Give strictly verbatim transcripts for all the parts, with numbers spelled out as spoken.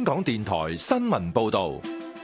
港電台新聞報道。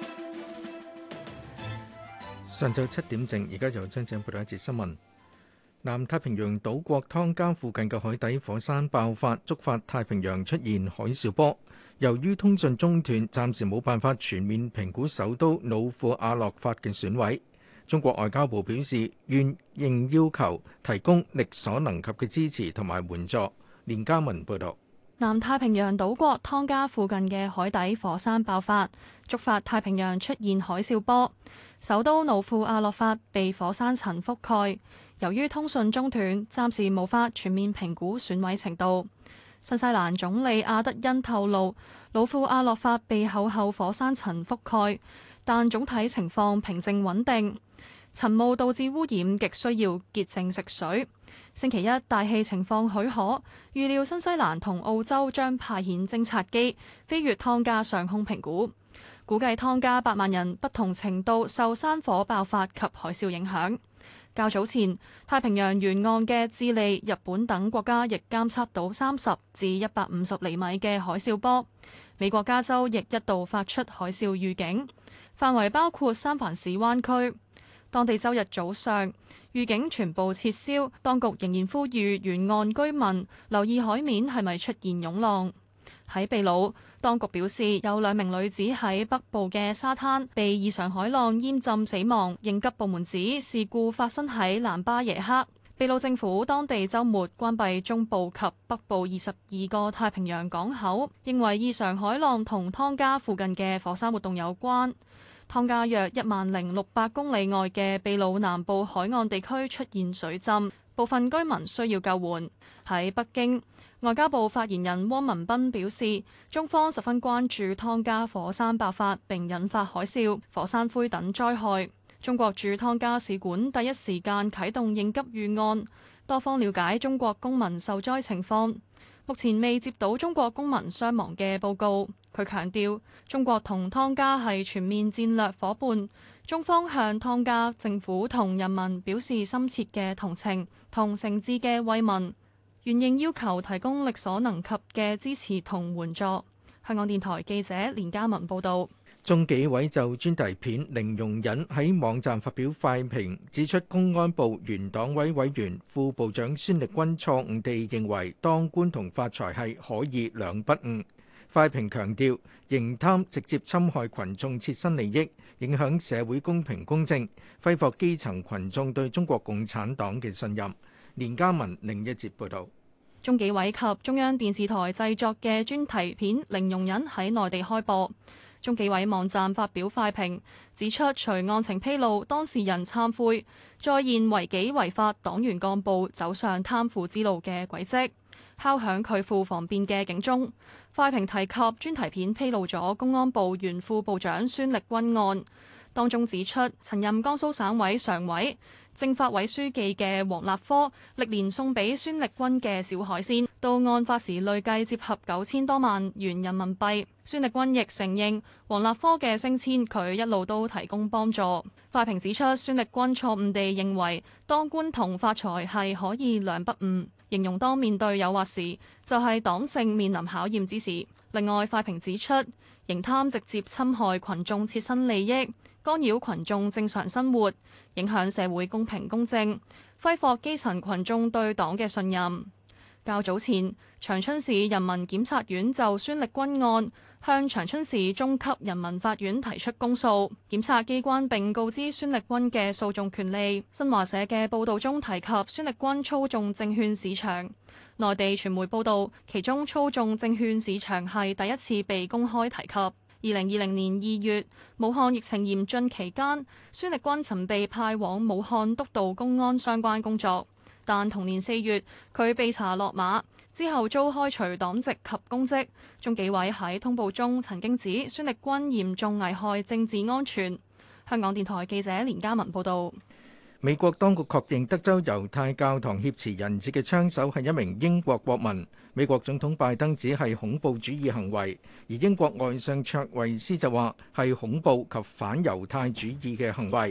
上晝七點正，而家就將請報道一節新聞。南太平洋島國湯加附近嘅海底火山爆發，觸發太平洋出現海嘯波。由於通訊中斷，暫時冇辦法全面評估首都努庫阿洛法嘅損毀。中國外交部表示，願應要求提供力所能及嘅支持同埋援助。連嘉文報導。 南太平洋島國湯加附近嘅海底火山爆發，觸發太平洋出現海嘯波，首都努庫阿洛法被火山塵覆蓋。由於通訊中斷，暫時無法全面評估損毀程度。新西蘭總理阿德恩透露，努庫阿洛法被厚厚火山塵覆蓋，但總體情況平靜穩定。塵霧導致污染，極需要潔淨食水。星期一大氣情況許可，預料新西蘭同澳洲將派遣偵察機飛越湯加上空評估。估計湯加八萬人不同程度受山火爆發及海嘯影響。較早前，太平洋沿岸嘅智利、日本等國家亦監測到三十至一百五十厘米嘅海嘯波。美國加州亦一度發出海嘯預警，範圍包括三藩市灣區。當地周日早上預警全部撤銷，當局仍然呼籲沿岸居民留意海面係咪出現湧浪。喺秘魯，當局表示有兩名女子喺北部嘅沙灘被異常海浪淹浸死亡。應急部門指事故發生喺蘭巴耶克。秘魯政府當地週末關閉中部及北部二十二個太平洋港口，認為異常海浪同湯加附近嘅火山活動有關。湯加約一萬零六百公里外嘅秘魯南部海岸地區出現水浸，部分居民需要救援。喺北京，外交部發言人汪文斌表示，中方十分關注湯加火山爆發並引發海嘯、火山灰等災害。中國駐湯加使館第一時間啟動應急預案，多方了解中國公民受災情況。目前未接到中國公民傷亡嘅報告。佢強調，中國同湯加係全面戰略夥伴，中方向湯加政府同人民表示深切嘅同情同誠摯嘅慰問，願應要求提供力所能及嘅支持同援助。香港電台記者連嘉文報導。 中紀委就專題片零容忍喺網站發表快評，指出公安部原黨委委員副部長孫力軍錯誤地認為當官同發財係可以兩不誤。快評強調，刑貪直接侵害群眾切身利益，影響社會公平公正，揮霍基層群眾對中國共產黨嘅信任。連嘉文另一節報導。 中紀委及中央電視台製作嘅專題片《零容忍》喺內地開播。中紀委網站發表快評，指出除案情披露當事人懺悔，再現違紀違法黨員幹部走上貪腐之路嘅軌跡，敲響拒腐防變嘅警鐘。快評提及專題片披露咗公安部原副部長孫力軍案，當中指出曾任江蘇省委常委、政法委書記嘅黃立科歷年送俾孫力軍嘅小海鮮，到案發時累計折合九千多萬元人民幣。孫力軍亦承認黃立科嘅升遷佢一路都提供幫助。快評指出，孫力軍錯誤地認為當官同發財係可以兩不誤，形容當面對誘惑時就係黨性面臨考驗之時。另外，快評指出，刑貪直接侵害群眾切身利益，干擾群眾正常生活，影響社會公平公正，揮霍基層群眾對黨嘅信任。較早前，長春市人民檢察院就孫力軍案向長春市中級人民法院提出公訴，檢察機關並告知孫力軍嘅訴訟權利。新華社嘅報導中提及孫力軍操縱證券市場，內地傳媒報導，其中操縱證券市場係第一次被公開提及。二零二零年二月，武漢疫情嚴峻期間，孫力軍曾被派往武漢督導公安相關工作，但同年四月佢被查落馬，之後遭開除黨籍及公職。中紀委喺通報中曾經指孫力軍嚴重危害政治安全。香港電台記者連嘉文報導。 美國當局確認德州猶太教堂挾持人質嘅槍手係一名英國國民。美國總統拜登指係恐怖主義行為，而英國外相卓慧思就話係恐怖及反猶太主義嘅行為。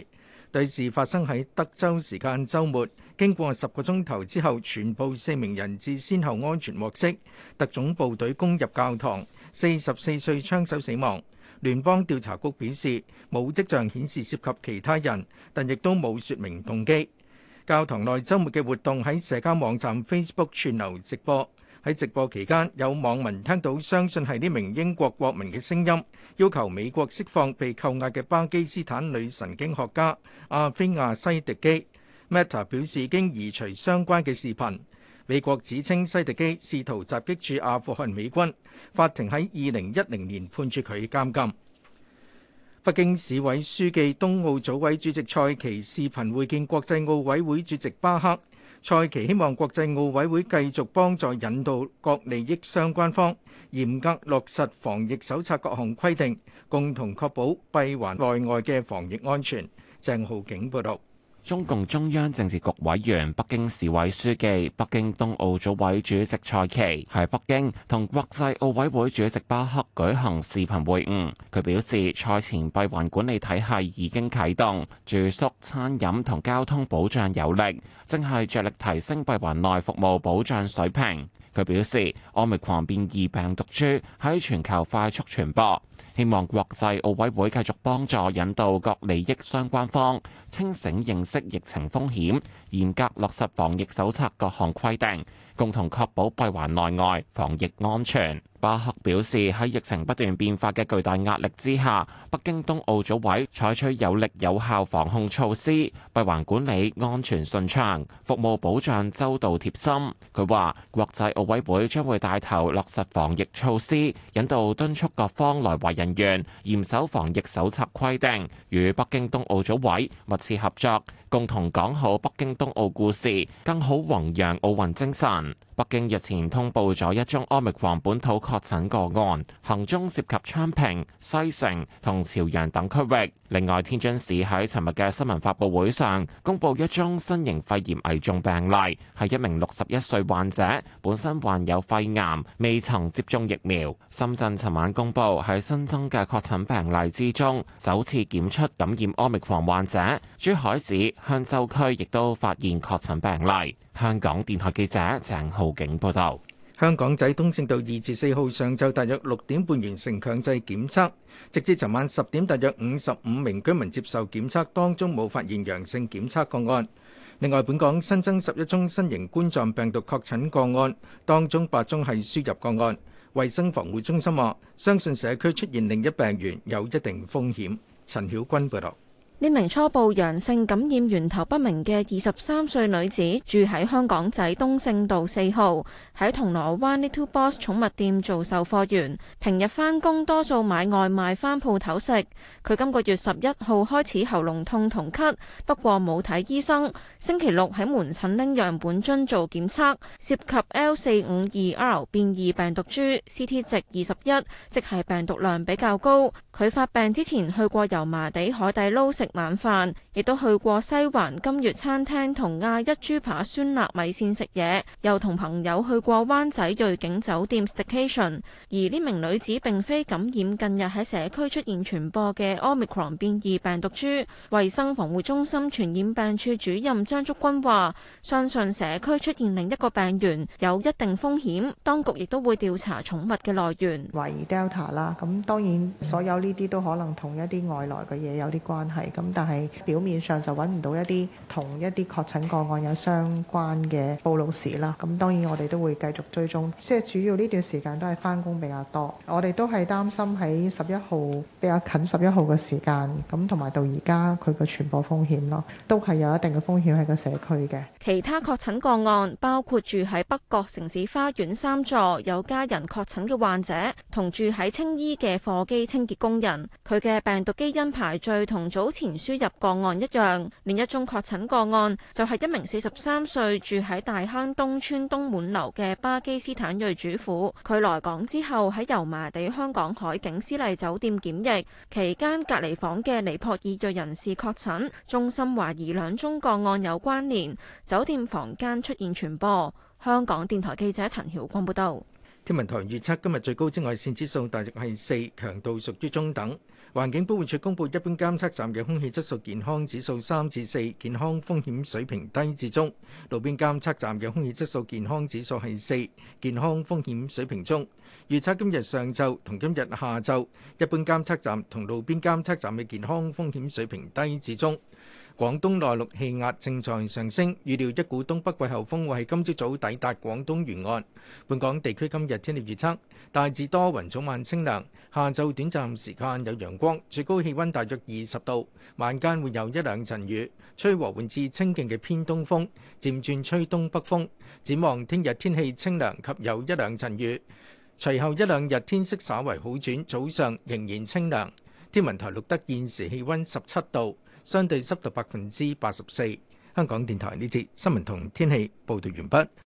對事發生喺德州時間週末，經過十個鐘頭之後，全部四名人質先後安全獲釋。特種部隊攻入教堂，四十四歲槍手死亡。聯邦調查局表示，冇跡象顯示涉及其他人，但亦都冇説明動機。教堂內週末嘅活動喺社交網站 Facebook 串流直播。喺直播期間，有網民聽到相信係呢名英國國民嘅聲音，要求美國釋放被扣押嘅巴基斯坦女神經學家阿菲亞西迪基。Meta 表示已經移除相關嘅視頻。美國指稱西迪基試圖襲擊駐阿富汗美軍，法庭喺二零一零年判處佢監禁。北京市委書記、冬奧組委主席蔡奇視頻會見國際奧委會主席巴克。蔡奇希望國際奧委會繼續幫助引導各利益相關方，嚴格落實防疫手冊各項規定，共同確保閉環內外嘅防疫安全。鄭浩景報導。 中共中央政治局委員、北京市委書記、北京冬奧組委主席蔡奇喺北京同國際奧委會主席巴克舉行視頻會晤。佢表示，賽前閉環管理體系已經啟動，住宿、餐飲同交通保障有力，正係着力提升閉環內服務保障水平。佢表示，奧密克戎變異病毒株喺全球快速傳播，希望國際奧委會繼續幫助引導各利益相關方清醒認識疫情風險，嚴格落實防疫手冊各項規定，共同確保閉環內外防疫安全。巴克表示，喺疫情不斷變化嘅巨大壓力之下，北京冬奧組委採取有力有效防控措施，閉環管理安全順暢，服務保障周到貼心。佢話，國際奧委會將會帶頭落實防疫措施，引導敦促各方來華人員嚴守防疫手冊規定，與北京冬奧組委密切合作，共同講好北京冬奧故事，更好弘揚奧運精神。北京日前通報咗一宗奧密克戎本土確診個案，行蹤涉及昌平、西城同朝陽等區域。另外，天津市喺尋日嘅新聞發佈會上公佈一宗新型肺炎危重病例，係一名六十一歲患者，本身患有肺癌，未曾接種疫苗。深圳尋晚公佈喺新增嘅確診病例之中，首次檢出感染奧密克戎患者。珠海市香洲區亦都發現確診病例。香港電台記者鄭浩景報道。 香港仔東正道二至四號上晝大約六點半完成強制檢測，直至尋晚十點，大約五十五名居民接受檢測，當中冇發現陽性檢測個案。另外，本港新增十一宗新型冠狀病毒確診個案，當中八宗係輸入個案。衛生防護中心話，相信社區出現另一病源有一定風險。陳曉君報道。 呢名初步陽性感染源頭不明嘅二十三歲女子住喺香港仔東正道四號，喺銅鑼灣 Little Boss 寵物店做售貨員，平日返工多數買外賣返鋪頭食。佢今個月十一號開始喉嚨痛同咳，不過冇睇醫生。星期六喺門診拎樣本樽做檢測，涉及 L 四五二 R 變異病毒株 ，C T 值二十一，即係病毒量比較高。佢發病之前去過油麻地海底撈食晚飯，亦都去過西環金月餐廳同亞一豬扒酸辣米線食嘢，又同朋友去過灣仔瑞景酒店 staycation。而呢名女子並非感染近日喺社區出現傳播嘅 Omicron 變異病毒株。衛生防護中心傳染病處主任張竹君話，相信社區出現另一個病源有一定風險，當局亦都會調查寵物嘅來源。 懷疑 Delta 啦，咁當然所有呢啲都可能同一啲外來嘅嘢有啲關係，咁但係表面上就揾唔到一啲同一啲確診個案有相關嘅暴露史啦。咁當然我哋都會繼續追蹤，即係主要呢段時間都係返工比較多，我哋都係擔心喺十一號比較近十一號嘅時間，咁同埋到而家佢嘅傳播風險咯，都係有一定嘅風險喺個社區嘅。 其他確診個案包括住喺北角城市花園三座有家人確診嘅患者，同住喺青衣嘅貨機清潔工人，佢嘅病毒基因排序同早前輸入個案一樣。另一宗確診個案就係一名四十三歲住喺大坑東村東滿樓嘅巴基斯坦裔主婦，佢來港之後喺油麻地香港海景絲麗酒店檢疫期間，隔離房嘅尼泊爾裔人士確診，中心懷疑兩宗個案有關聯，酒店房間出現傳播。香港電台記者陳曉光報道。 天文台預測今日最高紫外線指數大約係四，強度屬於中等。 環境保護署公布，一般監測站嘅空氣質素健康指數三至四，健康風險水平低至中；路邊監測站嘅空氣質素健康指數係四，健康風險水平中。預測今日上晝同今日下晝，一般監測站同路邊監測站嘅健康風險水平低至中。廣東內陸氣壓正在上升，預料一股東北季候風會喺今朝早抵達廣東沿岸。本港地區今日天氣預測，大致多雲，早晚清涼，下晝短暫時間有陽光，最高氣溫大約二十度，晚間會有一兩陣雨，吹和緩至清勁嘅偏東風，漸轉吹東北風。展望聽日天氣清涼及有一兩陣雨，隨後一兩日天色稍為好轉，早上仍然清涼。天文台錄得現時氣溫十七度。相對濕度百分之八十四。香港電台呢節新聞同天氣報導完畢。